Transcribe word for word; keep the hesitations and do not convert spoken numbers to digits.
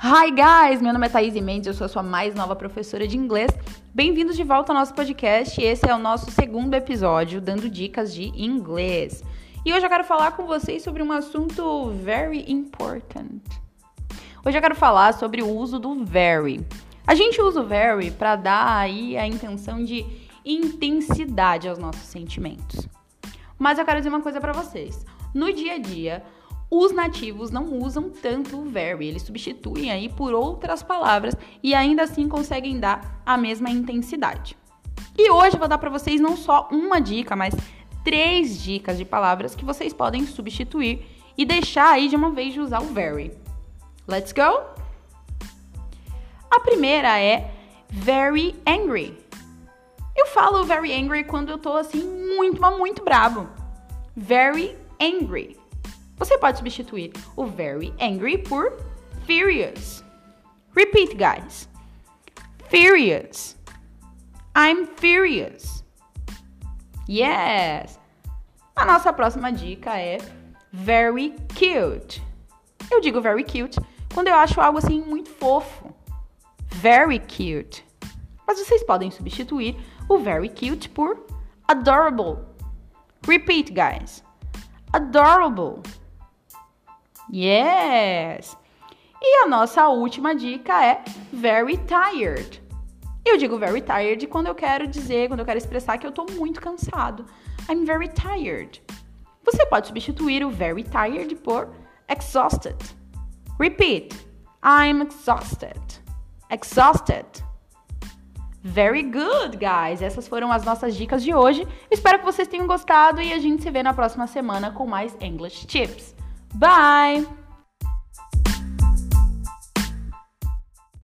Hi guys, meu nome é Thaís Mendes, eu sou a sua mais nova professora de inglês. Bem-vindos de volta ao nosso podcast, esse é o nosso segundo episódio, dando dicas de inglês. E hoje eu quero falar com vocês sobre um assunto very important. Hoje eu quero falar sobre o uso do very. A gente usa o very para dar aí a intenção de intensidade aos nossos sentimentos. Mas eu quero dizer uma coisa para vocês. No dia a dia, os nativos não usam tanto o very, eles substituem aí por outras palavras e ainda assim conseguem dar a mesma intensidade. E hoje eu vou dar para vocês não só uma dica, mas três dicas de palavras que vocês podem substituir e deixar aí de uma vez de usar o very. Let's go? A primeira é very angry. Eu falo very angry quando eu tô assim muito, mas muito bravo. Very angry. Você pode substituir o very angry por furious. Repeat, guys. Furious. I'm furious. Yes. A nossa próxima dica é very cute. Eu digo very cute quando eu acho algo assim muito fofo. Very cute. Mas vocês podem substituir o very cute por adorable. Repeat, guys. Adorable. Yes! E a nossa última dica é very tired. Eu digo very tired quando eu quero dizer, quando eu quero expressar que eu tô muito cansado. I'm very tired. Você pode substituir o very tired por exhausted. Repeat. I'm exhausted. Exhausted. Very good, guys! Essas foram as nossas dicas de hoje. Espero que vocês tenham gostado e a gente se vê na próxima semana com mais English Tips. Bye!